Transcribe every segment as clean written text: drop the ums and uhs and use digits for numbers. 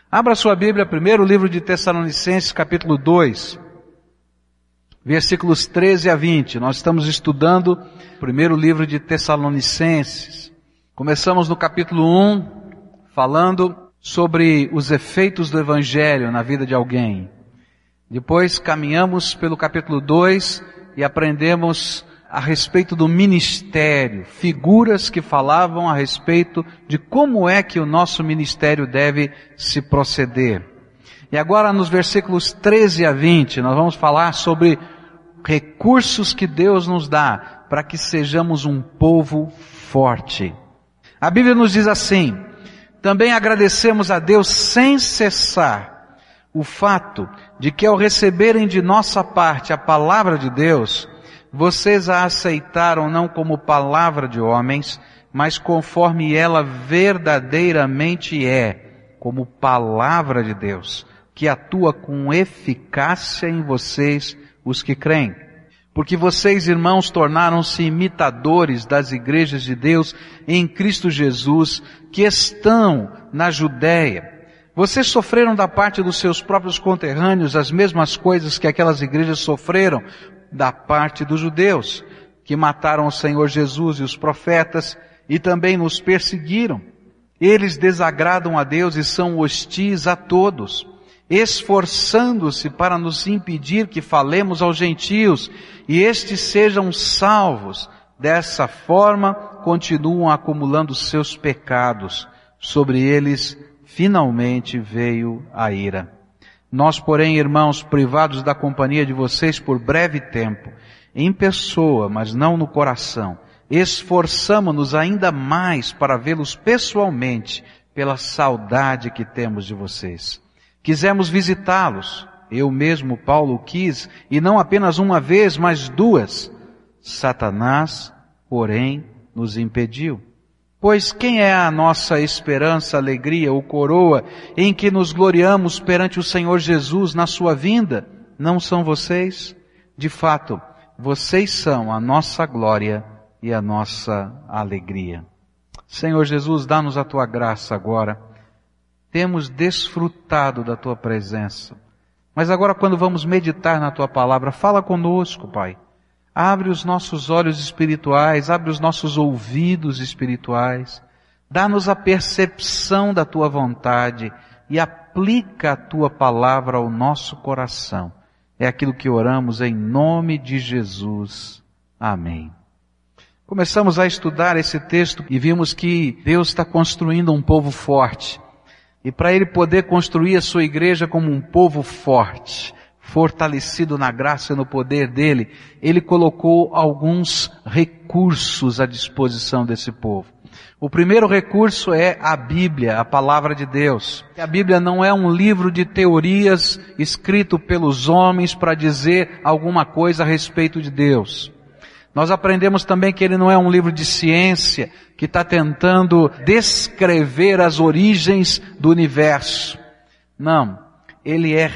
Abra sua Bíblia, primeiro livro de Tessalonicenses, capítulo 2, versículos 13 a 20. Nós estamos estudando o primeiro livro de Tessalonicenses. Começamos no capítulo 1, falando sobre os efeitos do Evangelho na vida de alguém. Depois caminhamos pelo capítulo 2 e aprendemos a respeito do ministério, figuras que falavam a respeito de como é que o nosso ministério deve se proceder. E agora nos versículos 13 a 20, nós vamos falar sobre recursos que Deus nos dá para que sejamos um povo forte. A Bíblia nos diz assim: também agradecemos a Deus sem cessar o fato de que ao receberem de nossa parte a palavra de Deus, vocês a aceitaram não como palavra de homens, mas conforme ela verdadeiramente é, como palavra de Deus, que atua com eficácia em vocês, os que creem. Porque vocês, irmãos, tornaram-se imitadores das igrejas de Deus em Cristo Jesus, que estão na Judéia. Vocês sofreram da parte dos seus próprios conterrâneos as mesmas coisas que aquelas igrejas sofreram da parte dos judeus, que mataram o Senhor Jesus e os profetas e também nos perseguiram. Eles desagradam a Deus e são hostis a todos, esforçando-se para nos impedir que falemos aos gentios e estes sejam salvos. Dessa forma, continuam acumulando seus pecados. Sobre eles, finalmente veio a ira. Nós, porém, irmãos, privados da companhia de vocês por breve tempo, em pessoa, mas não no coração, esforçamo-nos ainda mais para vê-los pessoalmente, pela saudade que temos de vocês. Quisemos visitá-los, eu mesmo, Paulo, quis, e não apenas uma vez, mas duas. Satanás, porém, nos impediu. Pois quem é a nossa esperança, alegria ou coroa em que nos gloriamos perante o Senhor Jesus na sua vinda? Não são vocês? De fato, vocês são a nossa glória e a nossa alegria. Senhor Jesus, dá-nos a tua graça agora. Temos desfrutado da tua presença. Mas agora quando vamos meditar na tua palavra, fala conosco, Pai. Abre os nossos olhos espirituais, abre os nossos ouvidos espirituais, dá-nos a percepção da tua vontade e aplica a tua palavra ao nosso coração. É aquilo que oramos em nome de Jesus. Amém. Começamos a estudar esse texto e vimos que Deus está construindo um povo forte. E para Ele poder construir a sua igreja como um povo forte, fortalecido na graça e no poder dele, Ele colocou alguns recursos à disposição desse povo. O primeiro recurso é a Bíblia, a palavra de Deus. A Bíblia não é um livro de teorias escrito pelos homens para dizer alguma coisa a respeito de Deus. Nós aprendemos também que ele não é um livro de ciência que está tentando descrever as origens do universo. Não. Ele é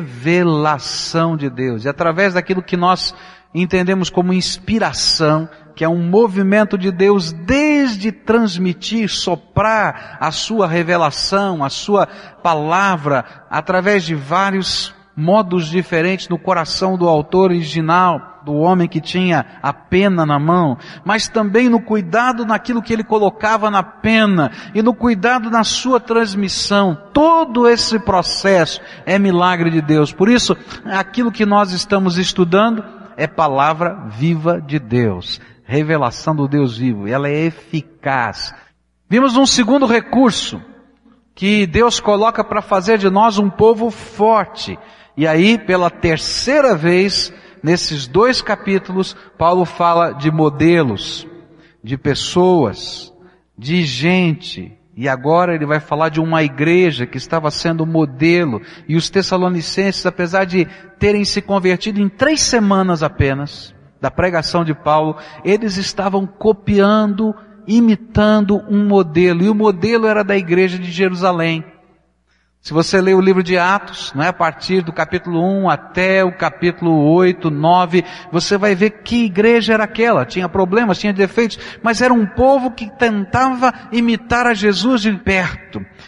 revelação de Deus. E através daquilo que nós entendemos como inspiração, que é um movimento de Deus desde transmitir, soprar a sua revelação, a sua palavra, através de vários modos diferentes no coração do autor original, do homem que tinha a pena na mão, mas também no cuidado naquilo que ele colocava na pena e no cuidado na sua transmissão. Todo esse processo é milagre de Deus. Por isso, aquilo que nós estamos estudando é palavra viva de Deus, revelação do Deus vivo. Ela é eficaz. Vimos um segundo recurso que Deus coloca para fazer de nós um povo forte. E aí, pela terceira vez, nesses 2 capítulos, Paulo fala de modelos, de pessoas, de gente. E agora ele vai falar de uma igreja que estava sendo modelo. E os tessalonicenses, apesar de terem se convertido em 3 semanas apenas da pregação de Paulo, eles estavam copiando, imitando um modelo. E o modelo era da igreja de Jerusalém. Se você ler o livro de Atos, a partir do capítulo 1 até o capítulo 8, 9, você vai ver que igreja era aquela. Tinha problemas, tinha defeitos, mas era um povo que tentava imitar a Jesus de perto,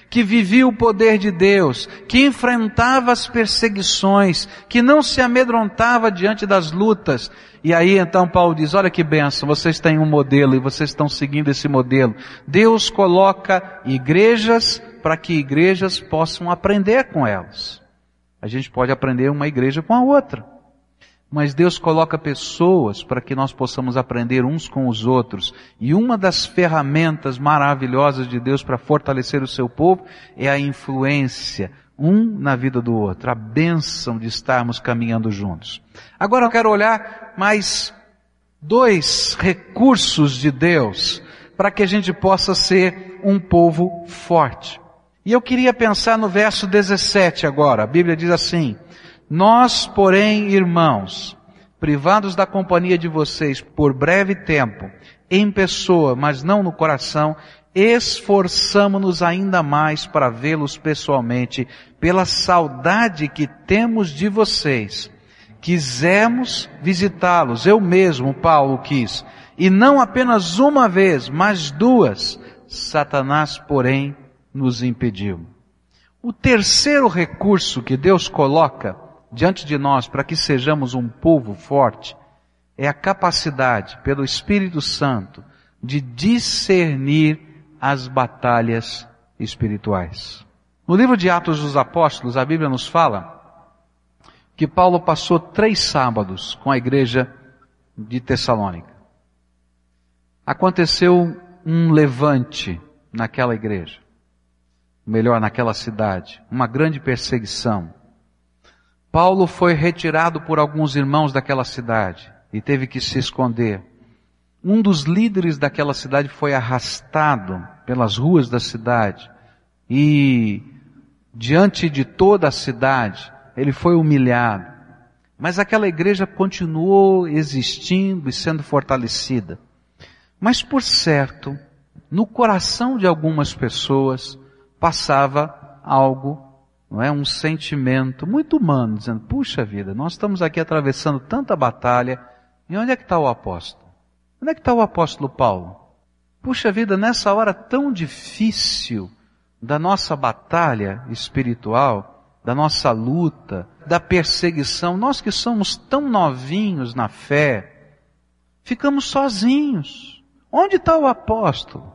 que vivia o poder de Deus, que enfrentava as perseguições, que não se amedrontava diante das lutas. E aí então Paulo diz, olha que bênção, vocês têm um modelo e vocês estão seguindo esse modelo. Deus coloca igrejas para que igrejas possam aprender com elas. A gente pode aprender uma igreja com a outra. Mas Deus coloca pessoas para que nós possamos aprender uns com os outros. E uma das ferramentas maravilhosas de Deus para fortalecer o seu povo é a influência um na vida do outro, a bênção de estarmos caminhando juntos. Agora eu quero olhar mais 2 recursos de Deus para que a gente possa ser um povo forte. E eu queria pensar no verso 17 agora. A Bíblia diz assim: nós, porém, irmãos, privados da companhia de vocês por breve tempo, em pessoa, mas não no coração, esforçamo-nos ainda mais para vê-los pessoalmente, pela saudade que temos de vocês. Quisemos visitá-los, eu mesmo, Paulo, quis, e não apenas uma vez, mas 2. Satanás, porém, nos impediu. O terceiro recurso que Deus coloca diante de nós para que sejamos um povo forte é a capacidade, pelo Espírito Santo, de discernir as batalhas espirituais. No livro de Atos dos Apóstolos, a Bíblia nos fala que Paulo passou 3 sábados com a igreja de Tessalônica. Aconteceu um levante naquela igreja, melhor, naquela cidade, uma grande perseguição. Paulo foi retirado por alguns irmãos daquela cidade e teve que se esconder. Um dos líderes daquela cidade foi arrastado pelas ruas da cidade e, diante de toda a cidade, ele foi humilhado. Mas aquela igreja continuou existindo e sendo fortalecida. Mas, por certo, no coração de algumas pessoas passava algo, não é, um sentimento muito humano, dizendo, puxa vida, nós estamos aqui atravessando tanta batalha, e onde é que está o apóstolo? Onde é que está o apóstolo Paulo? Puxa vida, nessa hora tão difícil da nossa batalha espiritual, da nossa luta, da perseguição, nós que somos tão novinhos na fé, ficamos sozinhos. Onde está o apóstolo?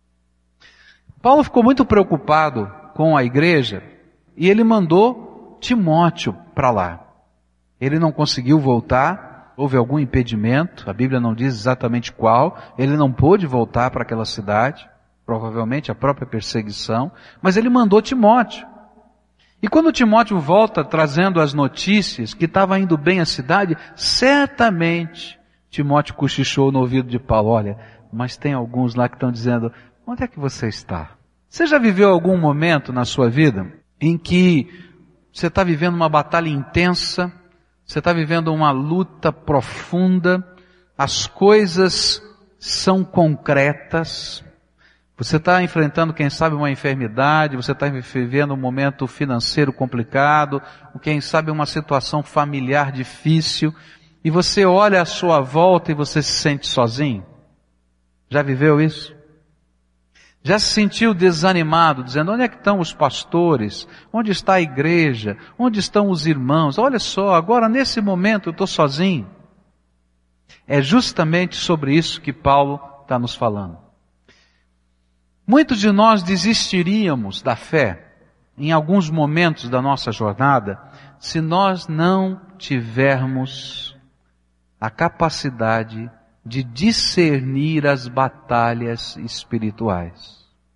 Paulo ficou muito preocupado com a igreja e ele mandou Timóteo para lá. Ele não conseguiu voltar, houve algum impedimento, a Bíblia não diz exatamente qual, ele não pôde voltar para aquela cidade, provavelmente a própria perseguição, mas ele mandou Timóteo. E quando Timóteo volta trazendo as notícias que estava indo bem a cidade, certamente Timóteo cochichou no ouvido de Paulo, olha, mas tem alguns lá que estão dizendo, onde é que você está? Você já viveu algum momento na sua vida em que você está vivendo uma batalha intensa, você está vivendo uma luta profunda, as coisas são concretas, você está enfrentando, quem sabe, uma enfermidade, você está vivendo um momento financeiro complicado, quem sabe uma situação familiar difícil, e você olha à sua volta e você se sente sozinho? Já viveu isso? Já se sentiu desanimado, dizendo, onde é que estão os pastores? Onde está a igreja? Onde estão os irmãos? Olha só, agora nesse momento eu estou sozinho. É justamente sobre isso que Paulo está nos falando. Muitos de nós desistiríamos da fé em alguns momentos da nossa jornada se nós não tivermos a capacidade de discernir as batalhas espirituais.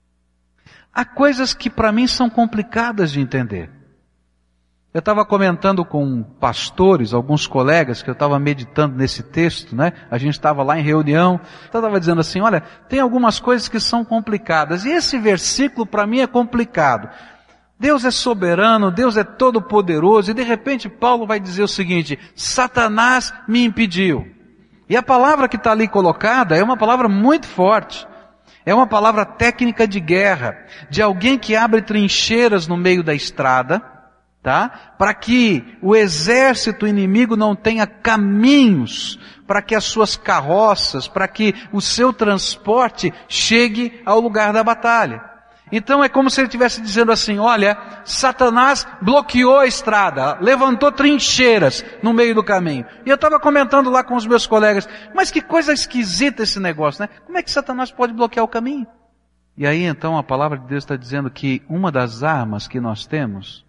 Há coisas que para mim são complicadas de entender. Eu estava comentando com pastores, alguns colegas, que eu estava meditando nesse texto, né? A gente estava lá em reunião, então eu estava dizendo assim, olha, tem algumas coisas que são complicadas, e esse versículo para mim é complicado. Deus é soberano, Deus é todo poderoso, e de repente Paulo vai dizer o seguinte, Satanás me impediu. E a palavra que está ali colocada é uma palavra muito forte. É uma palavra técnica de guerra, de alguém que abre trincheiras no meio da estrada, tá? Para que o exército inimigo não tenha caminhos, para que as suas carroças, para que o seu transporte chegue ao lugar da batalha. Então é como se ele estivesse dizendo assim, olha, Satanás bloqueou a estrada, levantou trincheiras no meio do caminho. E eu estava comentando lá com os meus colegas, mas que coisa esquisita esse negócio, né? Como é que Satanás pode bloquear o caminho? E aí então a palavra de Deus está dizendo que uma das armas que nós temos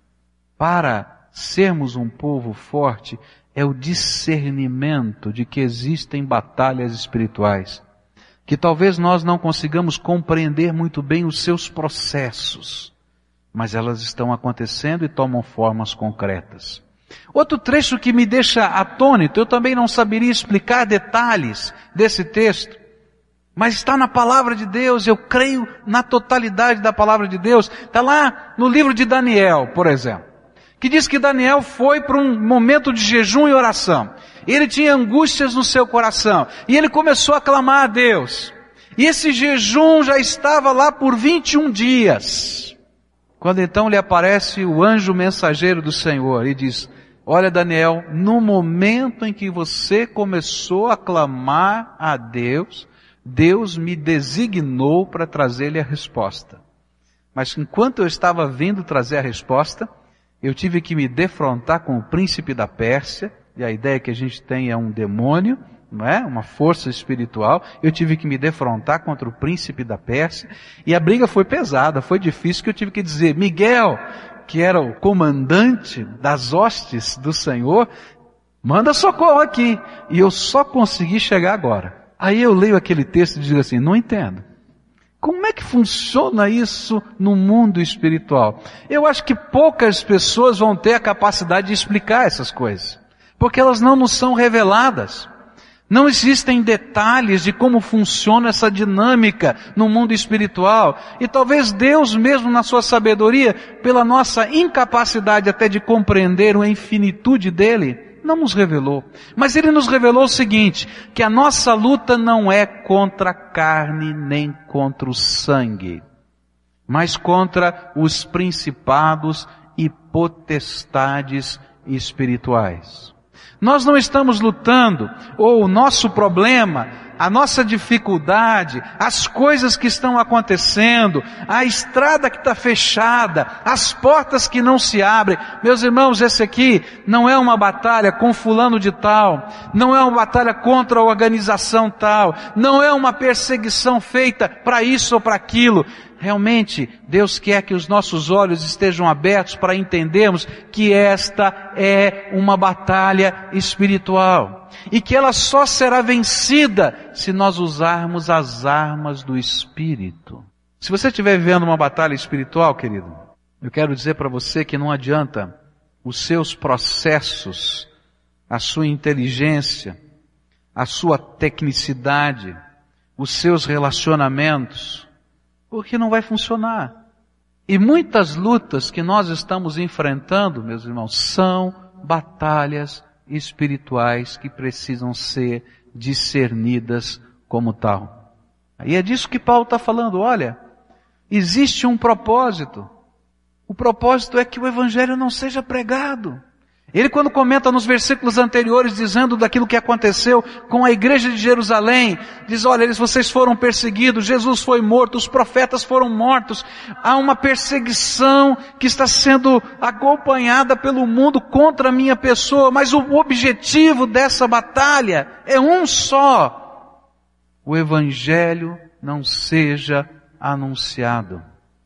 para sermos um povo forte é o discernimento de que existem batalhas espirituais, que talvez nós não consigamos compreender muito bem os seus processos, mas elas estão acontecendo e tomam formas concretas. Outro trecho que me deixa atônito, eu também não saberia explicar detalhes desse texto, mas está na palavra de Deus, eu creio na totalidade da palavra de Deus. Está lá no livro de Daniel, por exemplo, que diz que Daniel foi para um momento de jejum e oração. Ele tinha angústias no seu coração, e ele começou a clamar a Deus. E esse jejum já estava lá por 21 dias. Quando então lhe aparece o anjo mensageiro do Senhor e diz, olha Daniel, no momento em que você começou a clamar a Deus, Deus me designou para trazer-lhe a resposta. Mas enquanto eu estava vindo trazer a resposta, eu tive que me defrontar com o príncipe da Pérsia, e a ideia que a gente tem é um demônio, não é? Uma força espiritual. Eu tive que me defrontar contra o príncipe da Pérsia, e a briga foi pesada, foi difícil, que eu tive que dizer, Miguel, que era o comandante das hostes do Senhor, manda socorro aqui. E eu só consegui chegar agora. Aí eu leio aquele texto e digo assim, não entendo. Como é que funciona isso no mundo espiritual? Eu acho que poucas pessoas vão ter a capacidade de explicar essas coisas, porque elas não nos são reveladas. Não existem detalhes de como funciona essa dinâmica no mundo espiritual. E talvez Deus mesmo na sua sabedoria, pela nossa incapacidade até de compreender a infinitude dele, não nos revelou. Mas ele nos revelou o seguinte, que a nossa luta não é contra a carne nem contra o sangue, mas contra os principados e potestades espirituais. Nós não estamos lutando, ou o nosso problema, a nossa dificuldade, as coisas que estão acontecendo, a estrada que está fechada, as portas que não se abrem. Meus irmãos, esse aqui não é uma batalha com fulano de tal, não é uma batalha contra a organização tal, não é uma perseguição feita para isso ou para aquilo. Realmente, Deus quer que os nossos olhos estejam abertos para entendermos que esta é uma batalha espiritual. E que ela só será vencida se nós usarmos as armas do Espírito. Se você estiver vivendo uma batalha espiritual, querido, eu quero dizer para você que não adianta os seus processos, a sua inteligência, a sua tecnicidade, os seus relacionamentos, porque não vai funcionar. E muitas lutas que nós estamos enfrentando, meus irmãos, são batalhas espirituais que precisam ser discernidas como tal. E é disso que Paulo está falando. Olha, existe um propósito. O propósito é que o Evangelho não seja pregado. Ele, quando comenta nos versículos anteriores, dizendo daquilo que aconteceu com a igreja de Jerusalém, diz, olha, vocês foram perseguidos, Jesus foi morto, os profetas foram mortos, há uma perseguição que está sendo acompanhada pelo mundo contra a minha pessoa, mas o objetivo dessa batalha é um só: o Evangelho não seja anunciado.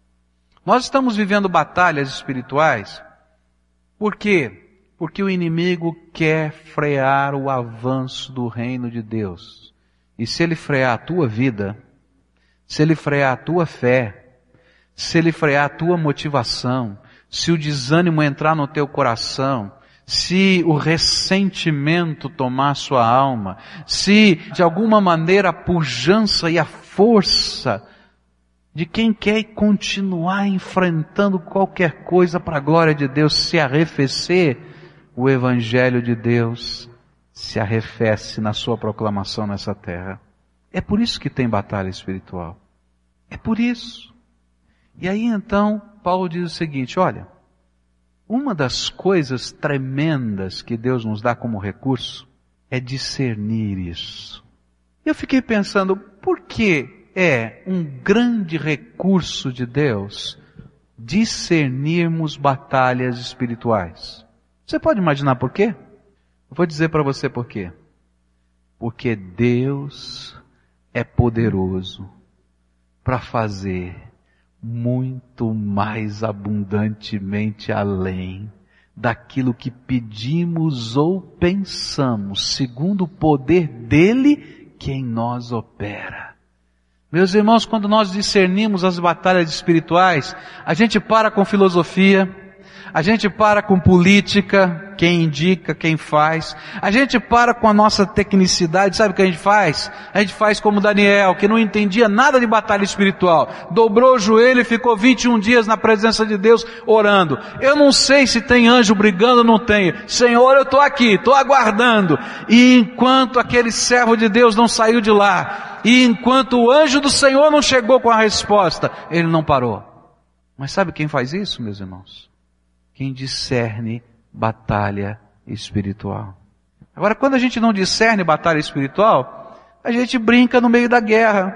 Nós estamos vivendo batalhas espirituais, por quê? Porque o inimigo quer frear o avanço do reino de Deus. E se ele frear a tua vida, se ele frear a tua fé, se ele frear a tua motivação, se o desânimo entrar no teu coração, se o ressentimento tomar sua alma, se de alguma maneira a pujança e a força de quem quer continuar enfrentando qualquer coisa para a glória de Deus se arrefecer, o Evangelho de Deus se arrefece na sua proclamação nessa terra. É por isso que tem batalha espiritual. É por isso. E aí então, Paulo diz o seguinte, olha, uma das coisas tremendas que Deus nos dá como recurso é discernir isso. Eu fiquei pensando, por que é um grande recurso de Deus discernirmos batalhas espirituais. Você pode imaginar por quê? Eu vou dizer para você por quê. Porque Deus é poderoso para fazer muito mais abundantemente além daquilo que pedimos ou pensamos, segundo o poder dele que em nós opera. Meus irmãos, quando nós discernimos as batalhas espirituais, a gente para com filosofia, a gente para com política, quem indica, quem faz. A gente para com a nossa tecnicidade, sabe o que a gente faz? A gente faz como Daniel, que não entendia nada de batalha espiritual. Dobrou o joelho e ficou 21 dias na presença de Deus orando. Eu não sei se tem anjo brigando ou não tem. Senhor, eu estou aqui, estou aguardando. E enquanto aquele servo de Deus não saiu de lá, e enquanto o anjo do Senhor não chegou com a resposta, ele não parou. Mas sabe quem faz isso, meus irmãos? Quem discerne batalha espiritual. Agora, quando a gente não discerne batalha espiritual, a gente brinca no meio da guerra.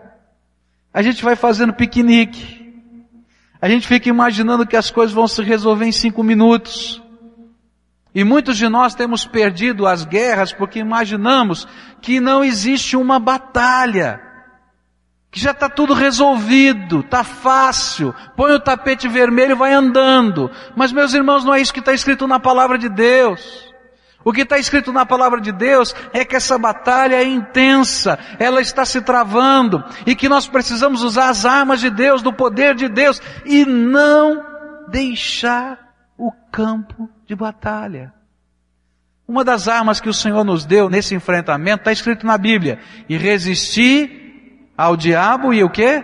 A gente vai fazendo piquenique. A gente fica imaginando que as coisas vão se resolver em 5 minutos. E muitos de nós temos perdido as guerras porque imaginamos que não existe uma batalha. Que já está tudo resolvido, está fácil, põe o tapete vermelho e vai andando. Mas meus irmãos, não é isso que está escrito na palavra de Deus. O que está escrito na palavra de Deus é que essa batalha é intensa, ela está se travando, e que nós precisamos usar as armas de Deus, do poder de Deus, e não deixar o campo de batalha. Uma das armas que o Senhor nos deu nesse enfrentamento está escrito na Bíblia: e resistir ao diabo e o quê?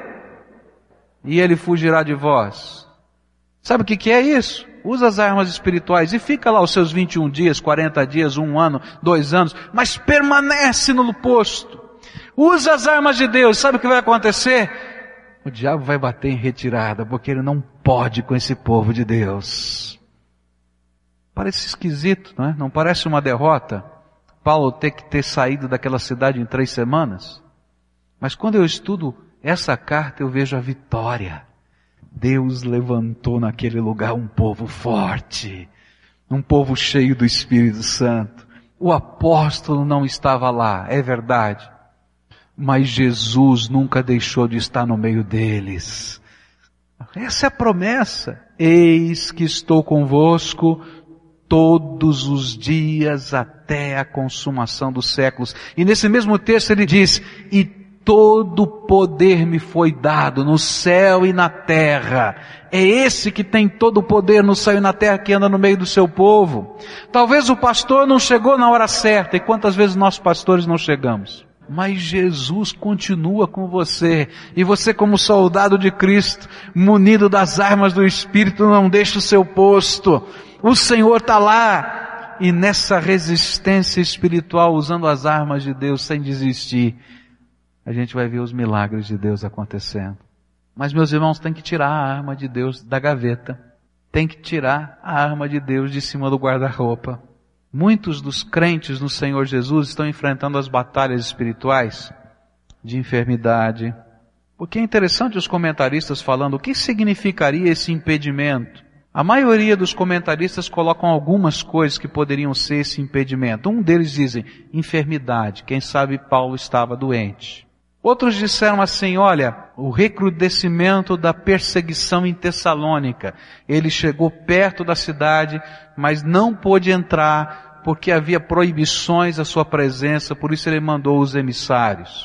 E ele fugirá de vós. Sabe o que é isso? Usa as armas espirituais e fica lá os seus 21 dias, 40 dias, 1 ano, 2 anos, mas permanece no posto. Usa as armas de Deus. Sabe o que vai acontecer? O diabo vai bater em retirada, porque ele não pode com esse povo de Deus. Parece esquisito, não é? Não parece uma derrota? Paulo ter que ter saído daquela cidade em 3 semanas? Mas quando eu estudo essa carta, eu vejo a vitória. Deus levantou naquele lugar um povo forte, um povo cheio do Espírito Santo. O apóstolo não estava lá, é verdade, mas Jesus nunca deixou de estar no meio deles. Essa é a promessa. Eis que estou convosco todos os dias até a consumação dos séculos. E nesse mesmo texto ele diz: e todo poder me foi dado no céu e na terra. É esse que tem todo o poder no céu e na terra, que anda no meio do seu povo. Talvez o pastor não chegou na hora certa, e quantas vezes nós pastores não chegamos? Mas Jesus continua com você, e você, como soldado de Cristo, munido das armas do Espírito, não deixa o seu posto. O Senhor está lá, e nessa resistência espiritual, usando as armas de Deus sem desistir, a gente vai ver os milagres de Deus acontecendo. Mas, meus irmãos, tem que tirar a arma de Deus da gaveta. Tem que tirar a arma de Deus de cima do guarda-roupa. Muitos dos crentes no Senhor Jesus estão enfrentando as batalhas espirituais de enfermidade. Porque é interessante os comentaristas falando o que significaria esse impedimento. A maioria dos comentaristas colocam algumas coisas que poderiam ser esse impedimento. Um deles dizem enfermidade. Quem sabe Paulo estava doente. Outros disseram assim: olha, o recrudescimento da perseguição em Tessalônica. Ele chegou perto da cidade, mas não pôde entrar porque havia proibições à sua presença, por isso ele mandou os emissários.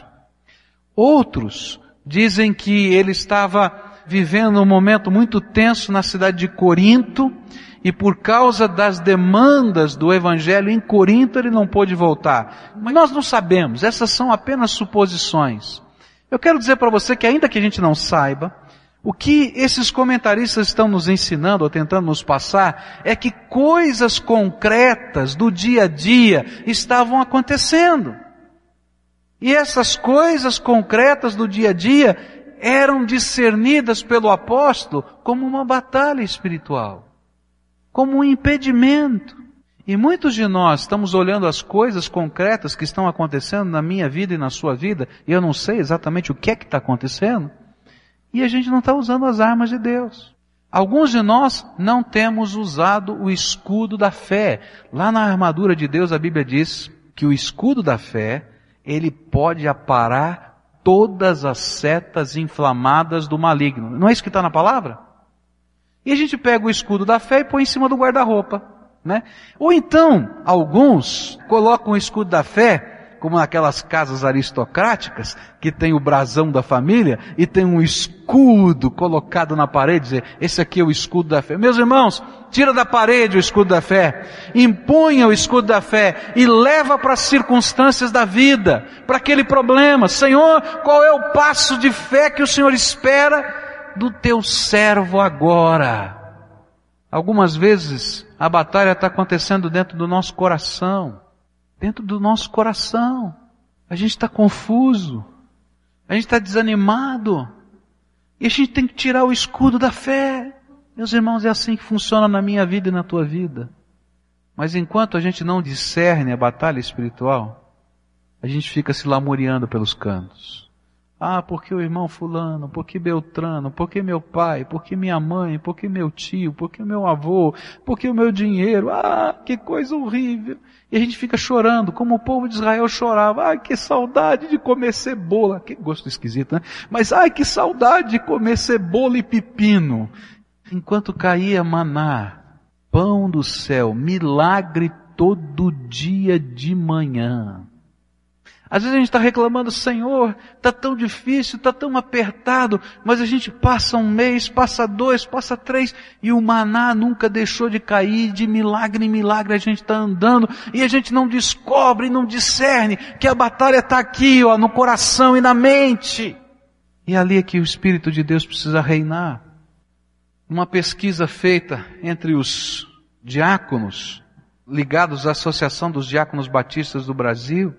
Outros dizem que ele estava vivendo um momento muito tenso na cidade de Corinto, e por causa das demandas do Evangelho em Corinto ele não pôde voltar. Mas nós não sabemos, essas são apenas suposições. Eu quero dizer para você que ainda que a gente não saiba, o que esses comentaristas estão nos ensinando ou tentando nos passar é que coisas concretas do dia a dia estavam acontecendo. E essas coisas concretas do dia a dia eram discernidas pelo apóstolo como uma batalha espiritual, como um impedimento. E muitos de nós estamos olhando as coisas concretas que estão acontecendo na minha vida e na sua vida, e eu não sei exatamente o que é que está acontecendo, e a gente não está usando as armas de Deus. Alguns de nós não temos usado o escudo da fé. Lá na armadura de Deus a Bíblia diz que o escudo da fé, ele pode aparar todas as setas inflamadas do maligno. Não é isso que está na palavra? E a gente pega o escudo da fé e põe em cima do guarda-roupa, né? Ou então, alguns colocam o escudo da fé, como naquelas casas aristocráticas, que tem o brasão da família, e tem um escudo colocado na parede, dizer, esse aqui é o escudo da fé. Meus irmãos, tira da parede o escudo da fé, impunha o escudo da fé, e leva para as circunstâncias da vida, para aquele problema. Senhor, qual é o passo de fé que o Senhor espera do teu servo agora? Algumas vezes, a batalha está acontecendo dentro do nosso coração. Dentro do nosso coração. A gente está confuso. A gente está desanimado. E a gente tem que tirar o escudo da fé. Meus irmãos, é assim que funciona na minha vida e na tua vida. Mas enquanto a gente não discerne a batalha espiritual, a gente fica se lamuriando pelos cantos. Ah, porque o irmão fulano, porque Beltrano, porque meu pai, porque minha mãe, porque meu tio, porque meu avô, porque o meu dinheiro, ah, que coisa horrível. E a gente fica chorando, como o povo de Israel chorava, ai, que saudade de comer cebola, que gosto esquisito, né? Mas ai, que saudade de comer cebola e pepino. Enquanto caía maná, pão do céu, milagre todo dia de manhã. Às vezes a gente está reclamando, Senhor, está tão difícil, está tão apertado, mas a gente passa um mês, passa 2, passa 3, e o maná nunca deixou de cair, de milagre em milagre a gente está andando, e a gente não descobre, não discerne, que a batalha está aqui, ó, no coração e na mente. E ali é que o Espírito de Deus precisa reinar. Uma pesquisa feita entre os diáconos, ligados à Associação dos Diáconos Batistas do Brasil,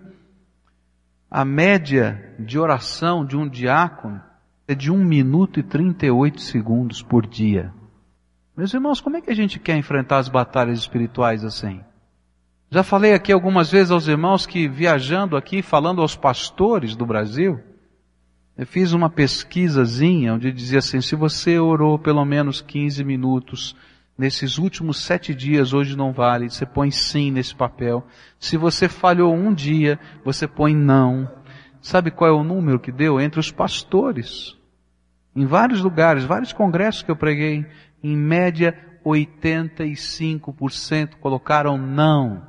a média de oração de um diácono é de 1 minuto e 38 segundos por dia. Meus irmãos, como é que a gente quer enfrentar as batalhas espirituais assim? Já falei aqui algumas vezes aos irmãos que viajando aqui, falando aos pastores do Brasil, eu fiz uma pesquisazinha onde dizia assim, se você orou pelo menos 15 minutos nesses últimos 7 dias, hoje não vale, você põe sim nesse papel. Se você falhou um dia, você põe não. Sabe qual é o número que deu? Entre os pastores. Em vários lugares, vários congressos que eu preguei, em média 85% colocaram não.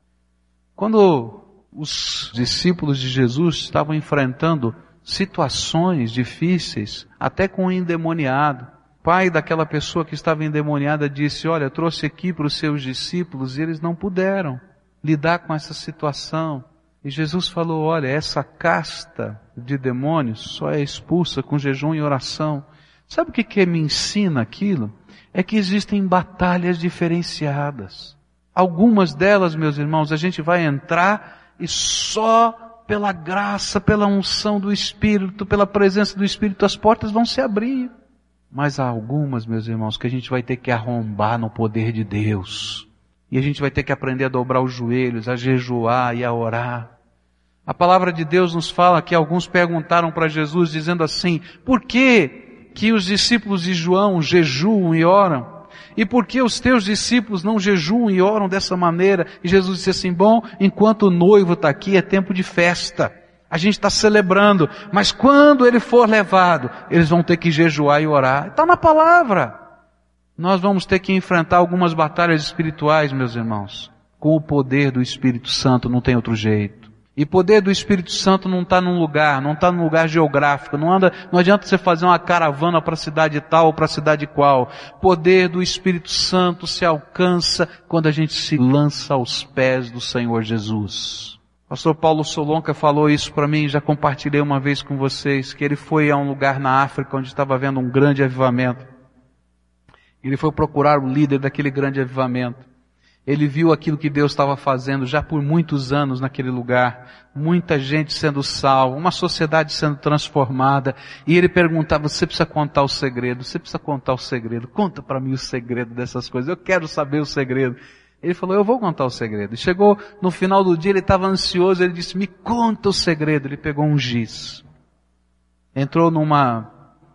Quando os discípulos de Jesus estavam enfrentando situações difíceis, até com o endemoniado, o pai daquela pessoa que estava endemoniada disse, olha, eu trouxe aqui para os seus discípulos e eles não puderam lidar com essa situação. E Jesus falou, olha, essa casta de demônios só é expulsa com jejum e oração. Sabe o que me ensina aquilo? É que existem batalhas diferenciadas. Algumas delas, meus irmãos, a gente vai entrar e só pela graça, pela unção do Espírito, pela presença do Espírito, as portas vão se abrir. Mas há algumas, meus irmãos, que a gente vai ter que arrombar no poder de Deus. E a gente vai ter que aprender a dobrar os joelhos, a jejuar e a orar. A palavra de Deus nos fala que alguns perguntaram para Jesus dizendo assim, por que os discípulos de João jejuam e oram? E por que os teus discípulos não jejuam e oram dessa maneira? E Jesus disse assim, bom, enquanto o noivo está aqui é tempo de festa. A gente está celebrando, mas quando ele for levado, eles vão ter que jejuar e orar. Está na palavra. Nós vamos ter que enfrentar algumas batalhas espirituais, meus irmãos, com o poder do Espírito Santo, não tem outro jeito. E o poder do Espírito Santo não está num lugar, não está num lugar geográfico, não adianta você fazer uma caravana para a cidade tal ou para a cidade qual. O poder do Espírito Santo se alcança quando a gente se lança aos pés do Senhor Jesus. Pastor Paulo Solonca falou isso para mim, já compartilhei uma vez com vocês, que ele foi a um lugar na África onde estava havendo um grande avivamento. Ele foi procurar o líder daquele grande avivamento. Ele viu aquilo que Deus estava fazendo já por muitos anos naquele lugar. Muita gente sendo salva, uma sociedade sendo transformada. E ele perguntava, você precisa contar o segredo, você precisa contar o segredo. Conta para mim o segredo dessas coisas, eu quero saber o segredo. Ele falou, eu vou contar o segredo. E chegou no final do dia, ele estava ansioso, ele disse, me conta o segredo. Ele pegou um giz, entrou numa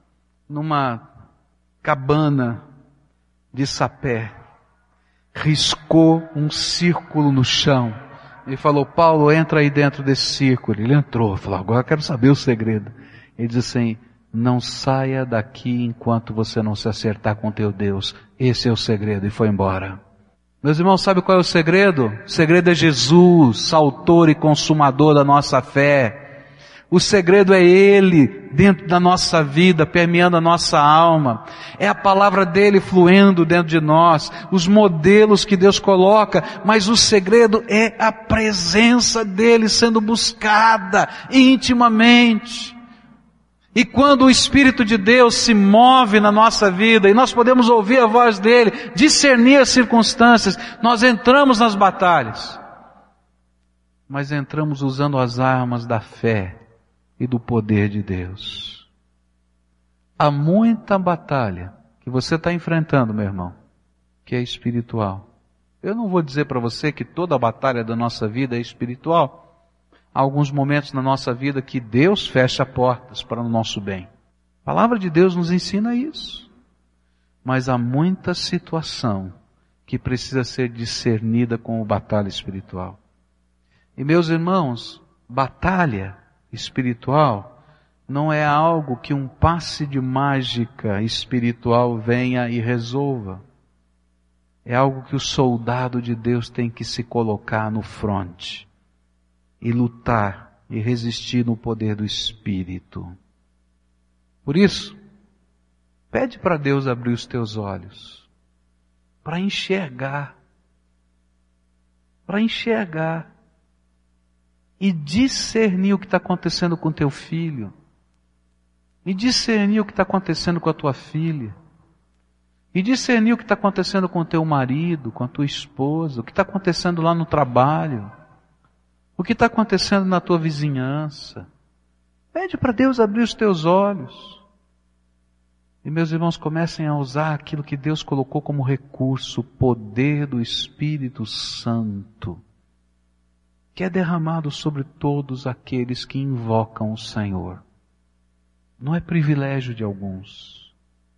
cabana de sapé, riscou um círculo no chão e falou, Paulo, entra aí dentro desse círculo. Ele entrou, falou, agora eu quero saber o segredo. Ele disse assim, não saia daqui enquanto você não se acertar com teu Deus. Esse é o segredo. E foi embora. Meus irmãos, sabe qual é o segredo? O segredo é Jesus, autor e consumador da nossa fé. O segredo é Ele dentro da nossa vida, permeando a nossa alma. É a palavra dEle fluindo dentro de nós, os modelos que Deus coloca, mas o segredo é a presença dEle sendo buscada intimamente. E quando o Espírito de Deus se move na nossa vida, e nós podemos ouvir a voz dEle, discernir as circunstâncias, nós entramos nas batalhas. Mas entramos usando as armas da fé e do poder de Deus. Há muita batalha que você está enfrentando, meu irmão, que é espiritual. Eu não vou dizer para você que toda a batalha da nossa vida é espiritual. Há alguns momentos na nossa vida que Deus fecha portas para o nosso bem. A palavra de Deus nos ensina isso. Mas há muita situação que precisa ser discernida com o batalha espiritual. E meus irmãos, batalha espiritual não é algo que um passe de mágica espiritual venha e resolva. É algo que o soldado de Deus tem que se colocar no fronte e lutar e resistir no poder do Espírito. Por isso, pede para Deus abrir os teus olhos, para enxergar e discernir o que está acontecendo com teu filho, e discernir o que está acontecendo com a tua filha, e discernir o que está acontecendo com o teu marido, com a tua esposa, o que está acontecendo lá no trabalho, o que está acontecendo na tua vizinhança. Pede para Deus abrir os teus olhos. E meus irmãos, comecem a usar aquilo que Deus colocou como recurso, o poder do Espírito Santo, que é derramado sobre todos aqueles que invocam o Senhor. Não é privilégio de alguns.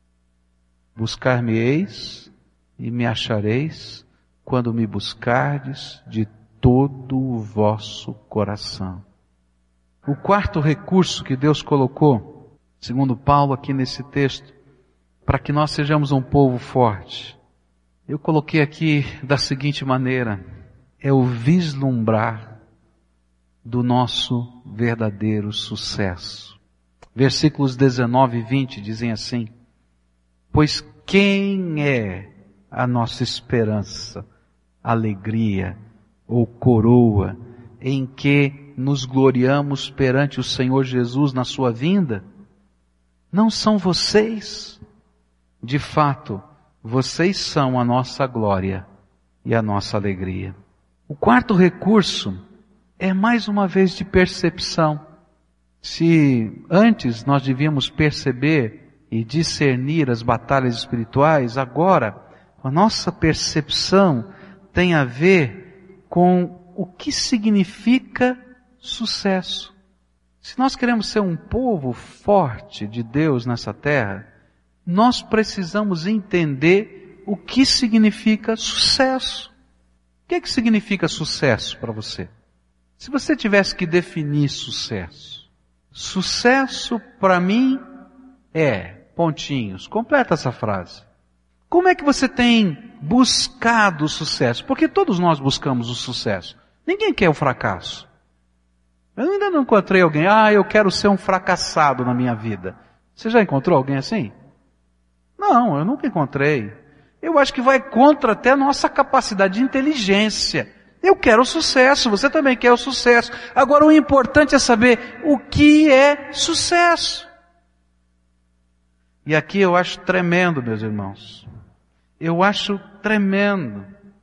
Buscar-me-eis e me achareis quando me buscardes de todo o vosso coração. O quarto recurso que Deus colocou, segundo Paulo aqui nesse texto, para que nós sejamos um povo forte, eu coloquei aqui da seguinte maneira, é o vislumbrar do nosso verdadeiro sucesso. Versículos 19 e 20 dizem assim, pois quem é a nossa esperança, alegria ou coroa em que nos gloriamos perante o Senhor Jesus na sua vinda? Não são vocês? De fato, vocês são a nossa glória e a nossa alegria. O quarto recurso é mais uma vez de percepção. Se antes nós devíamos perceber e discernir as batalhas espirituais, agora a nossa percepção tem a ver com o que significa sucesso. Se nós queremos ser um povo forte de Deus nessa terra, nós precisamos entender o que significa sucesso. O que significa sucesso para você? Se você tivesse que definir sucesso, sucesso para mim é, pontinhos, completa essa frase. Como é que você tem buscado o sucesso? Porque todos nós buscamos o sucesso. Ninguém quer o fracasso. Eu ainda não encontrei alguém, eu quero ser um fracassado na minha vida. Você já encontrou alguém assim? Não, eu nunca encontrei. Eu acho que vai contra até a nossa capacidade de inteligência. Eu quero o sucesso, você também quer o sucesso. Agora o importante é saber o que é sucesso. E aqui eu acho tremendo, meus irmãos. Eu acho tremendo.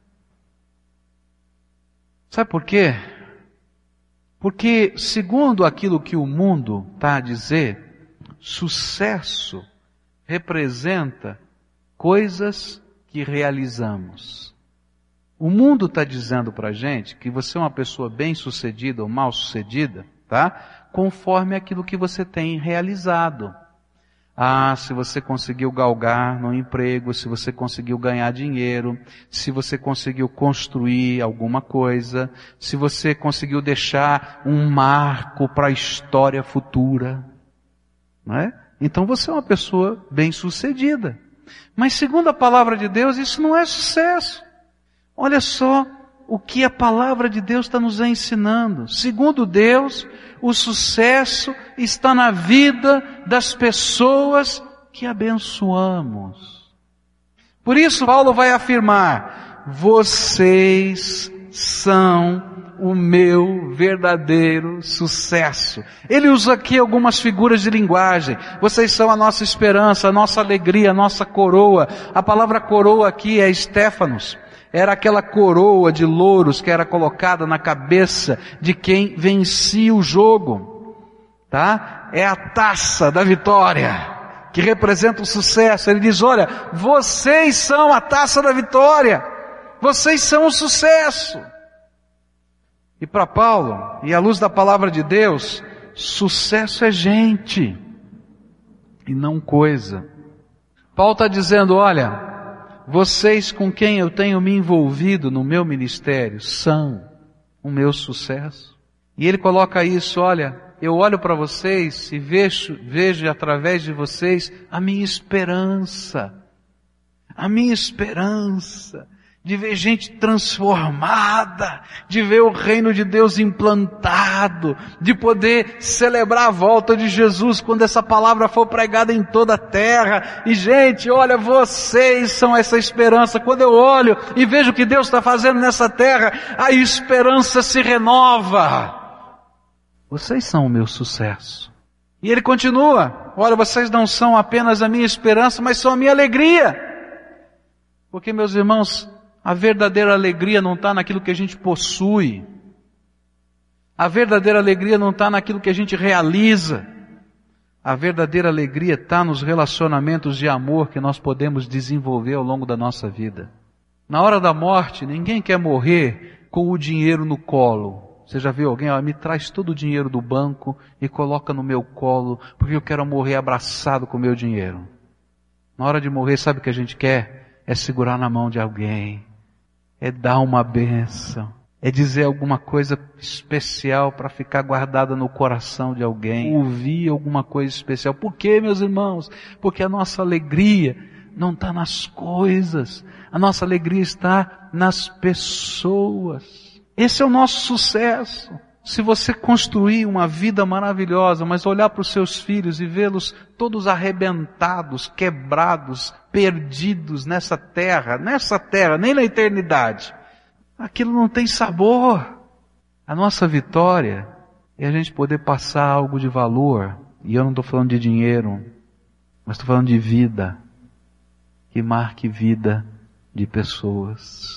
Sabe por quê? Porque, segundo aquilo que o mundo está a dizer, sucesso representa coisas que realizamos. O mundo está dizendo para a gente que você é uma pessoa bem-sucedida ou mal-sucedida, tá? Conforme aquilo que você tem realizado. Ah, se você conseguiu galgar no emprego, se você conseguiu ganhar dinheiro, se você conseguiu construir alguma coisa, se você conseguiu deixar um marco para a história futura, não é? Então você é uma pessoa bem-sucedida. Mas segundo a palavra de Deus, isso não é sucesso. Olha só o que a palavra de Deus está nos ensinando. Segundo Deus, o sucesso está na vida das pessoas que abençoamos. Por isso Paulo vai afirmar: vocês são o meu verdadeiro sucesso. Ele usa aqui algumas figuras de linguagem. Vocês são a nossa esperança, a nossa alegria, a nossa coroa. A palavra coroa aqui é Stéfanos. Era aquela coroa de louros que era colocada na cabeça de quem vencia o jogo. Tá? É a taça da vitória, que representa o sucesso. Ele diz: olha, vocês são a taça da vitória. Vocês são o sucesso. E para Paulo, e à luz da palavra de Deus, sucesso é gente, e não coisa. Paulo está dizendo: olha, vocês com quem eu tenho me envolvido no meu ministério são o meu sucesso. E ele coloca isso: olha, eu olho para vocês e vejo através de vocês a minha esperança. A minha esperança de ver gente transformada, de ver o reino de Deus implantado, de poder celebrar a volta de Jesus quando essa palavra for pregada em toda a terra. E gente, olha, vocês são essa esperança. Quando eu olho e vejo o que Deus está fazendo nessa terra, a esperança se renova. Vocês são o meu sucesso. E ele continua: olha, vocês não são apenas a minha esperança, mas são a minha alegria. Porque, meus irmãos, a verdadeira alegria não está naquilo que a gente possui. A verdadeira alegria não está naquilo que a gente realiza. A verdadeira alegria está nos relacionamentos de amor que nós podemos desenvolver ao longo da nossa vida. Na hora da morte, ninguém quer morrer com o dinheiro no colo. Você já viu alguém? Me traz todo o dinheiro do banco e coloca no meu colo, porque eu quero morrer abraçado com o meu dinheiro. Na hora de morrer, sabe o que a gente quer? É segurar na mão de alguém. É dar uma bênção, é dizer alguma coisa especial para ficar guardada no coração de alguém, ouvir alguma coisa especial. Por quê, meus irmãos? Porque a nossa alegria não está nas coisas, a nossa alegria está nas pessoas. Esse é o nosso sucesso. Se você construir uma vida maravilhosa, mas olhar para os seus filhos e vê-los todos arrebentados, quebrados, perdidos nessa terra, nem na eternidade, aquilo não tem sabor. A nossa vitória é a gente poder passar algo de valor, e eu não estou falando de dinheiro, mas estou falando de vida, que marque vida de pessoas.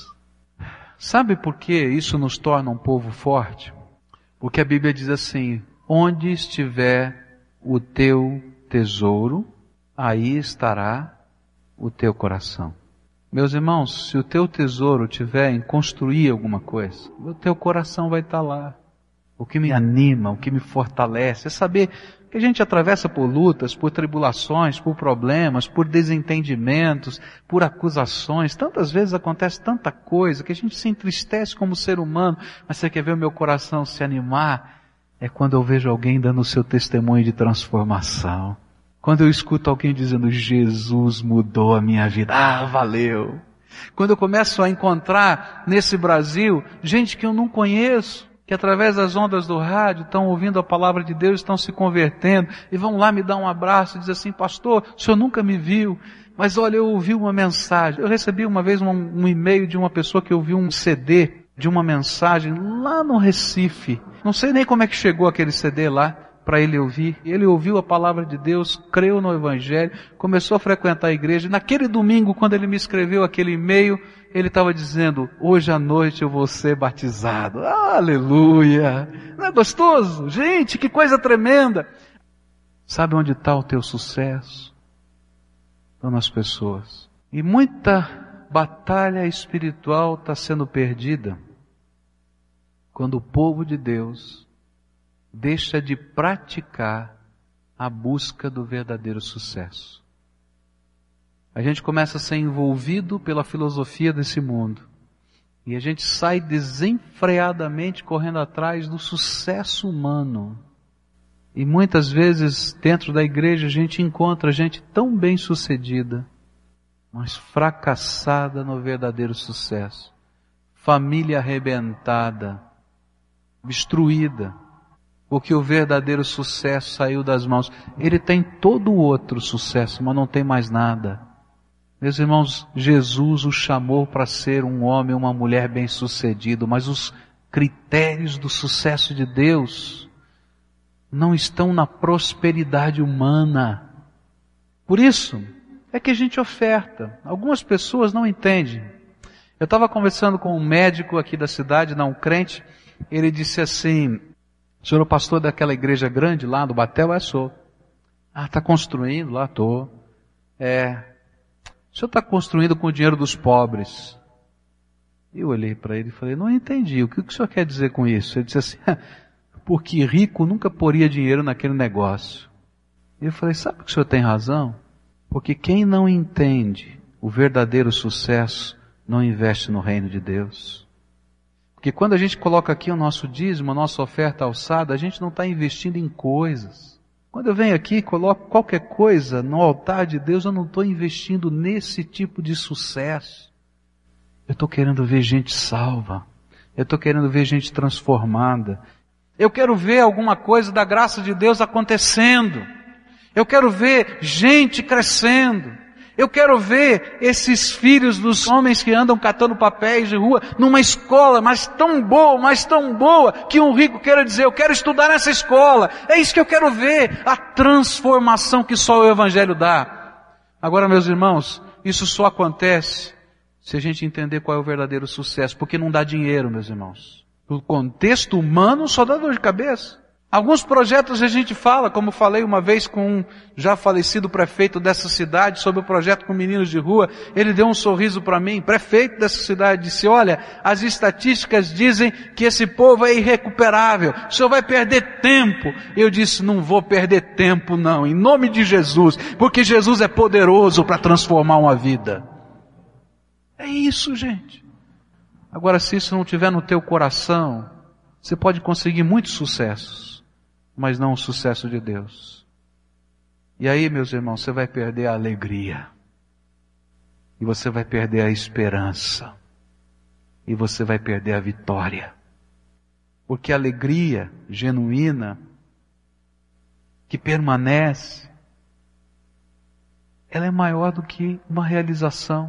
Sabe por que isso nos torna um povo forte? Porque a Bíblia diz assim: onde estiver o teu tesouro, aí estará o teu coração. Meus irmãos, se o teu tesouro estiver em construir alguma coisa, o teu coração vai estar lá. O que me anima, o que me fortalece, é saber que a gente atravessa por lutas, por tribulações, por problemas, por desentendimentos, por acusações. Tantas vezes acontece tanta coisa que a gente se entristece como ser humano. Mas você quer ver o meu coração se animar? É quando eu vejo alguém dando o seu testemunho de transformação. Quando eu escuto alguém dizendo: Jesus mudou a minha vida. Ah, valeu! Quando eu começo a encontrar nesse Brasil gente que eu não conheço, que através das ondas do rádio estão ouvindo a palavra de Deus, estão se convertendo e vão lá me dar um abraço e dizer assim: pastor, o senhor nunca me viu, mas olha, eu ouvi uma mensagem. Eu recebi uma vez um e-mail de uma pessoa que ouviu um CD de uma mensagem lá no Recife. Não sei nem como é que chegou aquele CD lá para ele ouvir. Ele ouviu a palavra de Deus, creu no Evangelho, começou a frequentar a igreja. Naquele domingo, quando ele me escreveu aquele e-mail, ele estava dizendo: hoje à noite eu vou ser batizado. Aleluia! Não é gostoso? Gente, que coisa tremenda! Sabe onde está o teu sucesso? Estão nas pessoas. E muita batalha espiritual está sendo perdida quando o povo de Deus deixa de praticar a busca do verdadeiro sucesso. A gente começa a ser envolvido pela filosofia desse mundo. E a gente sai desenfreadamente correndo atrás do sucesso humano. E muitas vezes dentro da igreja a gente encontra gente tão bem sucedida, mas fracassada no verdadeiro sucesso. Família arrebentada, destruída, porque o verdadeiro sucesso saiu das mãos. Ele tem todo o outro sucesso, mas não tem mais nada. Meus irmãos, Jesus o chamou para ser um homem, uma mulher bem-sucedido, mas os critérios do sucesso de Deus não estão na prosperidade humana. Por isso é que a gente oferta. Algumas pessoas não entendem. Eu estava conversando com um médico aqui da cidade, não crente, ele disse assim: o senhor é o pastor daquela igreja grande lá do Batel? Sou. Está construindo lá? Estou. O senhor está construindo com o dinheiro dos pobres. Eu olhei para ele e falei: não entendi, o que o senhor quer dizer com isso? Ele disse assim: porque rico nunca poria dinheiro naquele negócio. Eu falei: sabe que o senhor tem razão? Porque quem não entende o verdadeiro sucesso não investe no reino de Deus. Porque quando a gente coloca aqui o nosso dízimo, a nossa oferta alçada, a gente não está investindo em coisas. Quando eu venho aqui e coloco qualquer coisa no altar de Deus, eu não estou investindo nesse tipo de sucesso. Eu estou querendo ver gente salva. Eu estou querendo ver gente transformada. Eu quero ver alguma coisa da graça de Deus acontecendo. Eu quero ver gente crescendo. Eu quero ver esses filhos dos homens que andam catando papéis de rua numa escola, mas tão boa, que um rico queira dizer: eu quero estudar nessa escola. É isso que eu quero ver, a transformação que só o Evangelho dá. Agora, meus irmãos, isso só acontece se a gente entender qual é o verdadeiro sucesso, porque não dá dinheiro, meus irmãos. O contexto humano só dá dor de cabeça. Alguns projetos a gente fala, como falei uma vez com um já falecido prefeito dessa cidade, sobre o projeto com meninos de rua. Ele deu um sorriso para mim, prefeito dessa cidade, disse: olha, as estatísticas dizem que esse povo é irrecuperável, o senhor vai perder tempo. Eu disse: não vou perder tempo não, em nome de Jesus, porque Jesus é poderoso para transformar uma vida. É isso, gente. Agora, se isso não estiver no teu coração, você pode conseguir muitos sucessos, mas não o sucesso de Deus. E aí, meus irmãos, você vai perder a alegria. E você vai perder a esperança. E você vai perder a vitória. Porque a alegria genuína, que permanece, ela é maior do que uma realização.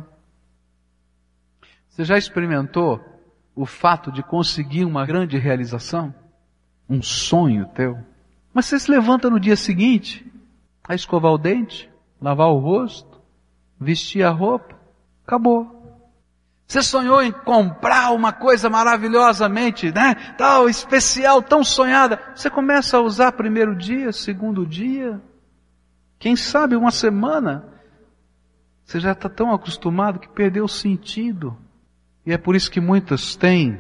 Você já experimentou o fato de conseguir uma grande realização? Um sonho teu? Mas você se levanta no dia seguinte a escovar o dente, lavar o rosto, vestir a roupa, acabou. Você sonhou em comprar uma coisa maravilhosamente, tal, especial, tão sonhada. Você começa a usar primeiro dia, segundo dia, quem sabe uma semana. Você já está tão acostumado que perdeu o sentido. E é por isso que muitos têm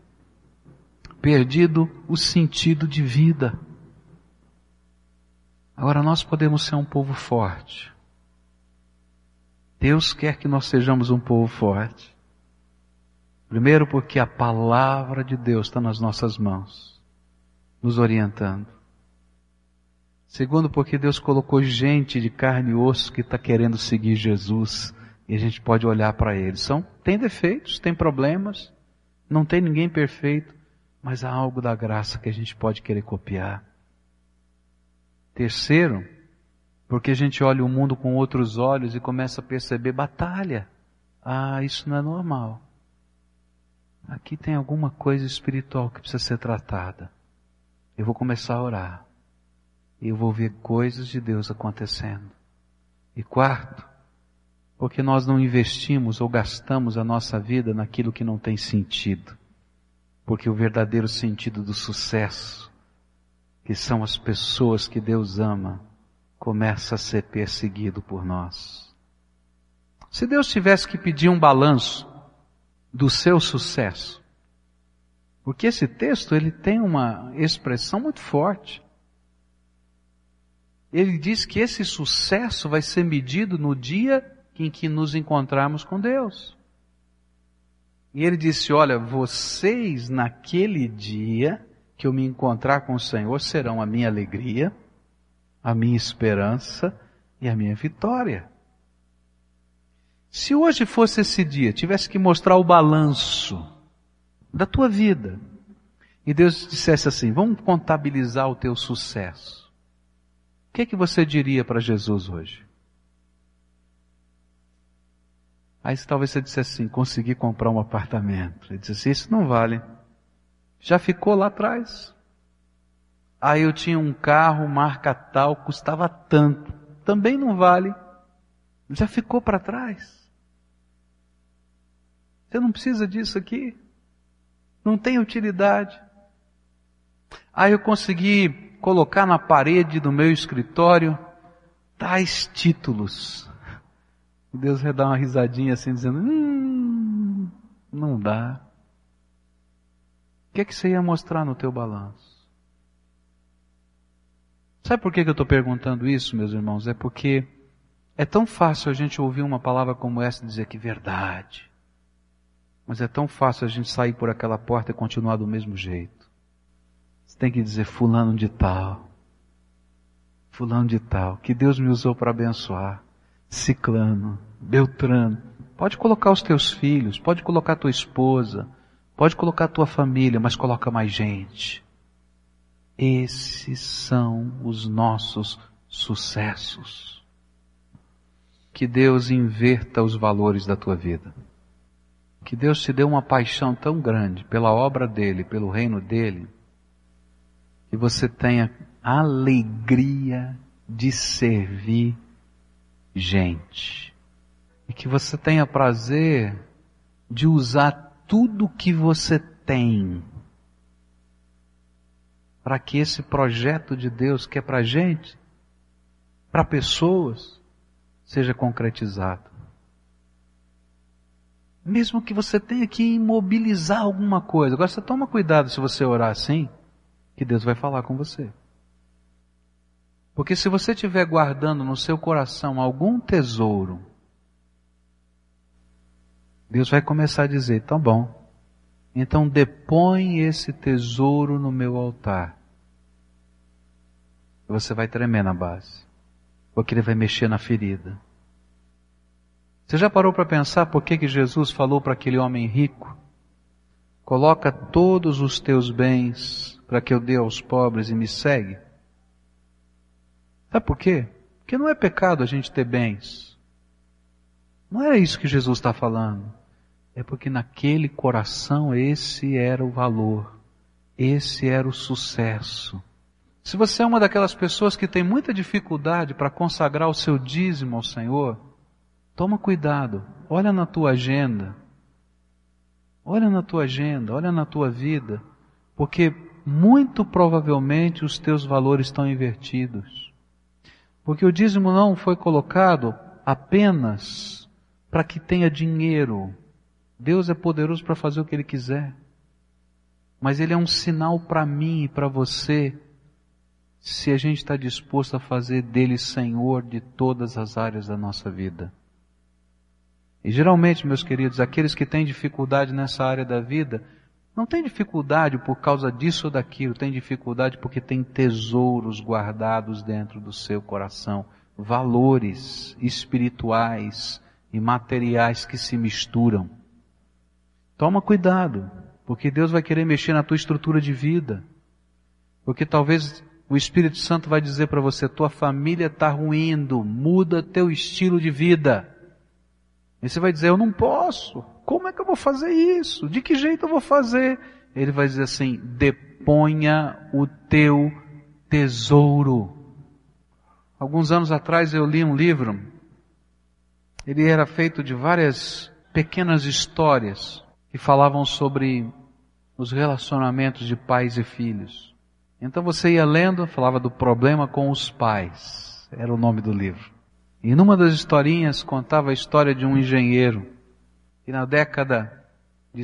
perdido o sentido de vida. Agora nós podemos ser um povo forte. Deus quer que nós sejamos um povo forte. Primeiro porque a palavra de Deus está nas nossas mãos, nos orientando. Segundo porque Deus colocou gente de carne e osso que está querendo seguir Jesus. E a gente pode olhar para eles. Tem defeitos, tem problemas, não tem ninguém perfeito, mas há algo da graça que a gente pode querer copiar. Terceiro, porque a gente olha o mundo com outros olhos e começa a perceber batalha. Isso não é normal. Aqui tem alguma coisa espiritual que precisa ser tratada. Eu vou começar a orar. E eu vou ver coisas de Deus acontecendo. E quarto, porque nós não investimos ou gastamos a nossa vida naquilo que não tem sentido. Porque o verdadeiro sentido do sucesso, que são as pessoas que Deus ama, começa a ser perseguido por nós. Se Deus tivesse que pedir um balanço do seu sucesso, porque esse texto ele tem uma expressão muito forte. Ele diz que esse sucesso vai ser medido no dia em que nos encontrarmos com Deus. E ele disse, olha, vocês naquele dia que eu me encontrar com o Senhor serão a minha alegria, a minha esperança e a minha vitória. Se hoje fosse esse dia, tivesse que mostrar o balanço da tua vida, e Deus dissesse assim, vamos contabilizar o teu sucesso. O que é que você diria para Jesus hoje? Aí talvez você dissesse assim, consegui comprar um apartamento. Ele disse assim, isso não vale. Já ficou lá atrás. Aí eu tinha um carro, marca tal, custava tanto. Também não vale. Já ficou para trás. Você não precisa disso aqui. Não tem utilidade. Aí eu consegui colocar na parede do meu escritório tais títulos. E Deus vai dar uma risadinha assim, dizendo, não dá. O que é que você ia mostrar no teu balanço? Sabe por que eu estou perguntando isso, meus irmãos? É porque é tão fácil a gente ouvir uma palavra como essa e dizer que verdade. Mas é tão fácil a gente sair por aquela porta e continuar do mesmo jeito. Você tem que dizer fulano de tal, que Deus me usou para abençoar, ciclano, beltrano. Pode colocar os teus filhos, pode colocar a tua esposa, pode colocar a tua família, mas coloca mais gente. Esses são os nossos sucessos. Que Deus inverta os valores da tua vida. Que Deus te dê uma paixão tão grande pela obra dEle, pelo reino dEle, que você tenha alegria de servir gente. E que você tenha prazer de usar tudo que você tem para que esse projeto de Deus que é para gente, para pessoas, seja concretizado. Mesmo que você tenha que imobilizar alguma coisa. Agora você toma cuidado se você orar assim, que Deus vai falar com você. Porque se você estiver guardando no seu coração algum tesouro, Deus vai começar a dizer, tá bom, então depõe esse tesouro no meu altar. E você vai tremer na base, porque Ele vai mexer na ferida. Você já parou para pensar por que Jesus falou para aquele homem rico? Coloca todos os teus bens para que eu dê aos pobres e me segue. Sabe por quê? Porque não é pecado a gente ter bens. Não é isso que Jesus está falando. É porque naquele coração esse era o valor. Esse era o sucesso. Se você é uma daquelas pessoas que tem muita dificuldade para consagrar o seu dízimo ao Senhor, toma cuidado, olha na tua agenda. Olha na tua agenda, olha na tua vida, porque muito provavelmente os teus valores estão invertidos. Porque o dízimo não foi colocado apenas para que tenha dinheiro. Deus é poderoso para fazer o que Ele quiser. Mas Ele é um sinal para mim e para você, se a gente está disposto a fazer dele Senhor de todas as áreas da nossa vida. E geralmente, meus queridos, aqueles que têm dificuldade nessa área da vida, não têm dificuldade por causa disso ou daquilo, têm dificuldade porque tem tesouros guardados dentro do seu coração, valores espirituais e materiais que se misturam. Toma cuidado, porque Deus vai querer mexer na tua estrutura de vida, porque talvez o Espírito Santo vai dizer para você, tua família está ruindo, muda teu estilo de vida. E você vai dizer, eu não posso. Como é que eu vou fazer isso? De que jeito eu vou fazer? Ele vai dizer assim, deponha o teu tesouro. Alguns anos atrás eu li um livro. Ele era feito de várias pequenas histórias que falavam sobre os relacionamentos de pais e filhos. Então você ia lendo, falava do problema com os pais. Era o nome do livro. E numa das historinhas contava a história de um engenheiro que na década de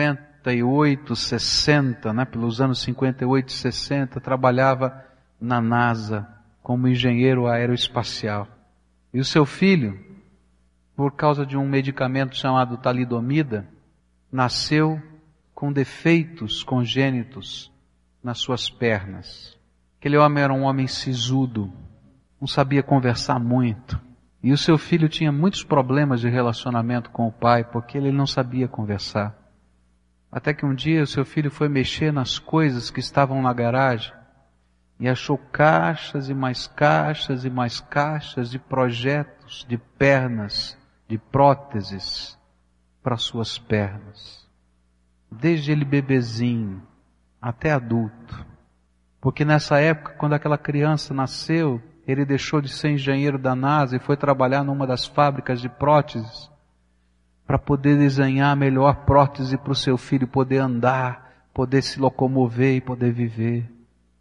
58, 60, pelos anos 58 e 60, trabalhava na NASA como engenheiro aeroespacial. E o seu filho, por causa de um medicamento chamado talidomida, nasceu com defeitos congênitos nas suas pernas. Aquele homem era um homem sisudo, não sabia conversar muito. E o seu filho tinha muitos problemas de relacionamento com o pai, porque ele não sabia conversar. Até que um dia o seu filho foi mexer nas coisas que estavam na garagem e achou caixas e mais caixas e mais caixas de projetos de pernas, de próteses para suas pernas. Desde ele bebezinho até adulto. Porque nessa época, quando aquela criança nasceu, ele deixou de ser engenheiro da NASA e foi trabalhar numa das fábricas de próteses para poder desenhar a melhor prótese para o seu filho poder andar, poder se locomover e poder viver.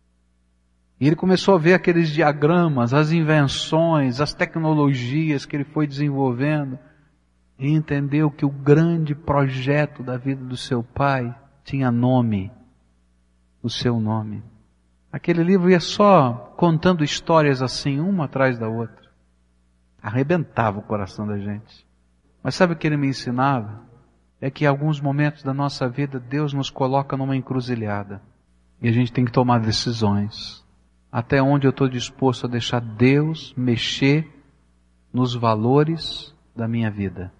E ele começou a ver aqueles diagramas, as invenções, as tecnologias que ele foi desenvolvendo e entendeu que o grande projeto da vida do seu pai tinha nome, o seu nome. Aquele livro ia só contando histórias assim, uma atrás da outra. Arrebentava o coração da gente. Mas sabe o que ele me ensinava? É que em alguns momentos da nossa vida Deus nos coloca numa encruzilhada. E a gente tem que tomar decisões. Até onde eu estou disposto a deixar Deus mexer nos valores da minha vida.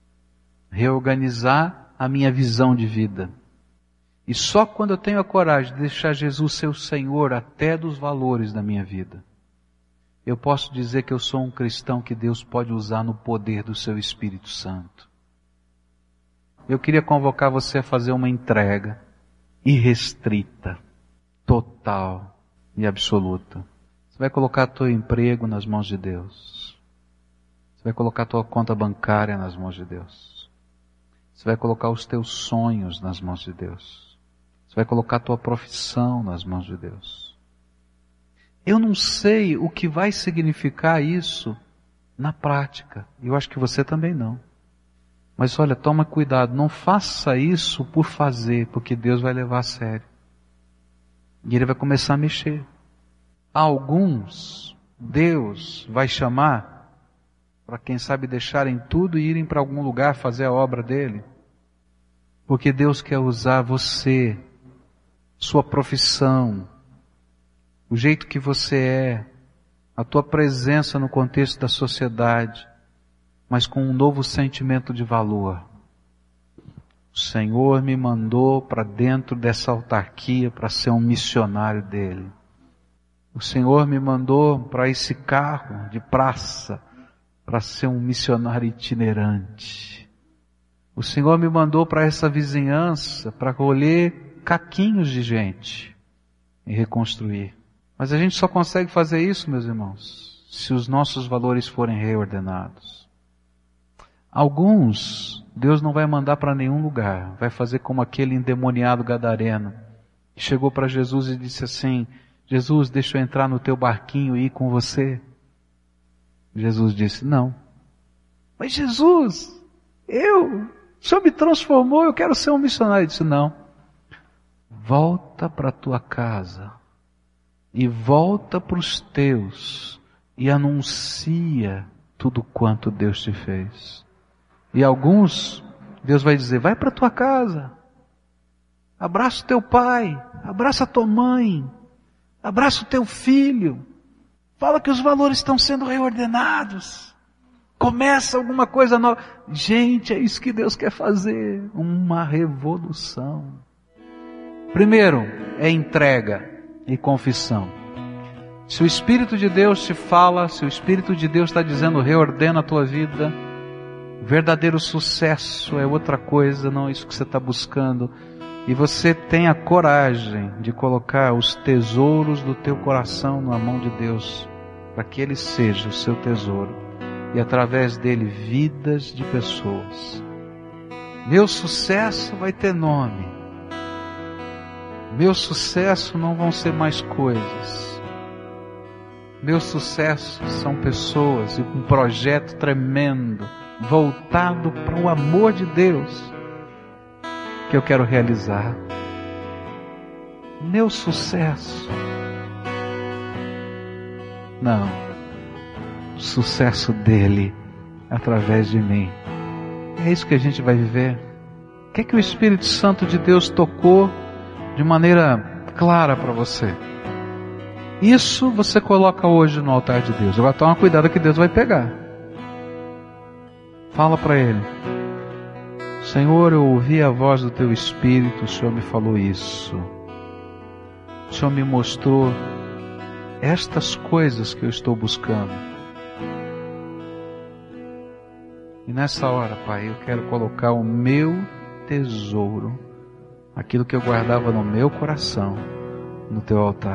Reorganizar a minha visão de vida. E só quando eu tenho a coragem de deixar Jesus ser o Senhor até dos valores da minha vida, eu posso dizer que eu sou um cristão que Deus pode usar no poder do seu Espírito Santo. Eu queria convocar você a fazer uma entrega irrestrita, total e absoluta. Você vai colocar teu emprego nas mãos de Deus. Você vai colocar tua conta bancária nas mãos de Deus. Você vai colocar os teus sonhos nas mãos de Deus. Você vai colocar tua profissão nas mãos de Deus. Eu não sei o que vai significar isso na prática. Eu acho que você também não. Mas olha, toma cuidado, não faça isso por fazer, porque Deus vai levar a sério. E Ele vai começar a mexer. Alguns, Deus vai chamar para quem sabe deixarem tudo e irem para algum lugar fazer a obra dEle. Porque Deus quer usar você, sua profissão, o jeito que você é, a tua presença no contexto da sociedade, mas com um novo sentimento de valor. O Senhor me mandou para dentro dessa autarquia para ser um missionário dEle. O Senhor me mandou para esse carro de praça para ser um missionário itinerante. O Senhor me mandou para essa vizinhança para colher caquinhos de gente e reconstruir. Mas a gente só consegue fazer isso, meus irmãos, se os nossos valores forem reordenados. Alguns, Deus não vai mandar para nenhum lugar, vai fazer como aquele endemoniado gadareno, que chegou para Jesus e disse assim: Jesus, deixa eu entrar no teu barquinho e ir com você. Jesus disse: não. Mas Jesus, o Senhor me transformou, eu quero ser um missionário. Ele disse: não. Volta para a tua casa e volta para os teus e anuncia tudo quanto Deus te fez. E alguns, Deus vai dizer: vai para a tua casa, abraça o teu pai, abraça a tua mãe, abraça o teu filho, fala que os valores estão sendo reordenados, começa alguma coisa nova. Gente, é isso que Deus quer fazer, uma revolução. Primeiro, é entrega e confissão. Se o Espírito de Deus te fala, se o Espírito de Deus está dizendo reordena a tua vida, verdadeiro sucesso é outra coisa, não é isso que você está buscando. E você tem a coragem de colocar os tesouros do teu coração na mão de Deus, para que Ele seja o seu tesouro e através dele vidas de pessoas. Meu sucesso vai ter nome. Meu sucesso não vão ser mais coisas. Meu sucesso são pessoas e um projeto tremendo, voltado para o amor de Deus, que eu quero realizar. Meu sucesso. Não. O sucesso dele através de mim. É isso que a gente vai viver. O que é que o Espírito Santo de Deus tocou de maneira clara para você? Isso você coloca hoje no altar de Deus. Agora toma cuidado que Deus vai pegar. Fala para Ele: Senhor, eu ouvi a voz do Teu Espírito, o Senhor me falou isso. O Senhor me mostrou estas coisas que eu estou buscando. E nessa hora, Pai, eu quero colocar o meu tesouro, aquilo que eu guardava no meu coração, no Teu altar.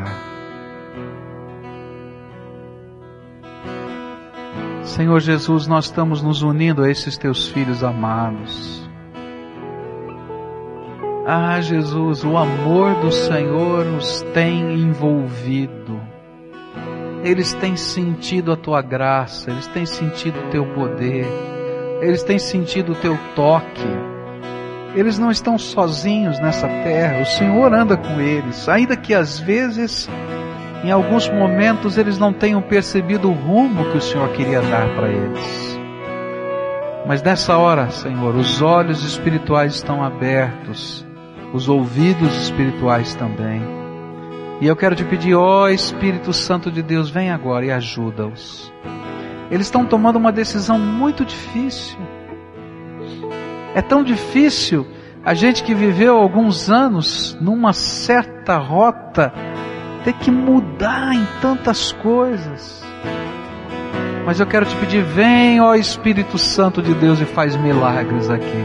Senhor Jesus, nós estamos nos unindo a esses Teus filhos amados. Ah, Jesus, o amor do Senhor os tem envolvido. Eles têm sentido a Tua graça, eles têm sentido o Teu poder, eles têm sentido o Teu toque. Eles não estão sozinhos nessa terra, o Senhor anda com eles, ainda que às vezes, em alguns momentos, eles não tenham percebido o rumo que o Senhor queria dar para eles. Mas nessa hora, Senhor, os olhos espirituais estão abertos, os ouvidos espirituais também. E eu quero te pedir, ó Espírito Santo de Deus, vem agora e ajuda-os. Eles estão tomando uma decisão muito difícil. É tão difícil a gente que viveu alguns anos numa certa rota ter que mudar em tantas coisas. Mas eu quero te pedir, vem, ó Espírito Santo de Deus, e faz milagres aqui.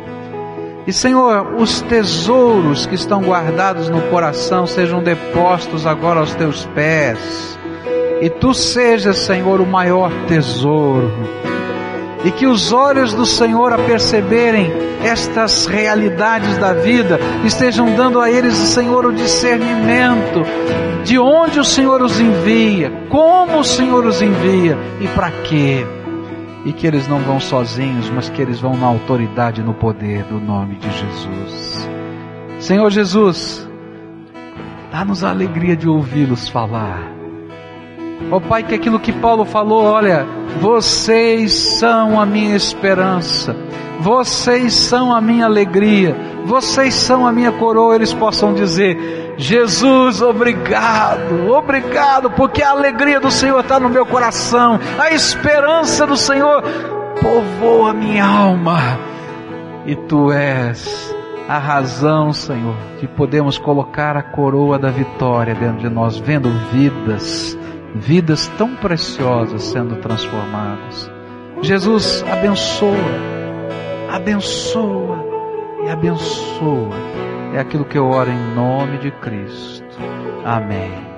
E Senhor, os tesouros que estão guardados no coração sejam depostos agora aos Teus pés. E Tu sejas, Senhor, o maior tesouro. E que os olhos do Senhor, a perceberem estas realidades da vida, estejam dando a eles, Senhor, o discernimento de onde o Senhor os envia, como o Senhor os envia e para quê. E que eles não vão sozinhos, mas que eles vão na autoridade e no poder do nome de Jesus. Senhor Jesus, dá-nos a alegria de ouvi-los falar. Ó Pai, que aquilo que Paulo falou, olha, vocês são a minha esperança, vocês são a minha alegria, vocês são a minha coroa, eles possam dizer: Jesus, obrigado, obrigado, porque a alegria do Senhor está no meu coração, a esperança do Senhor povoa a minha alma, e Tu és a razão, Senhor, de podermos colocar a coroa da vitória dentro de nós, vendo vidas tão preciosas sendo transformadas. Jesus, abençoa e abençoa. É aquilo que eu oro em nome de Cristo. Amém.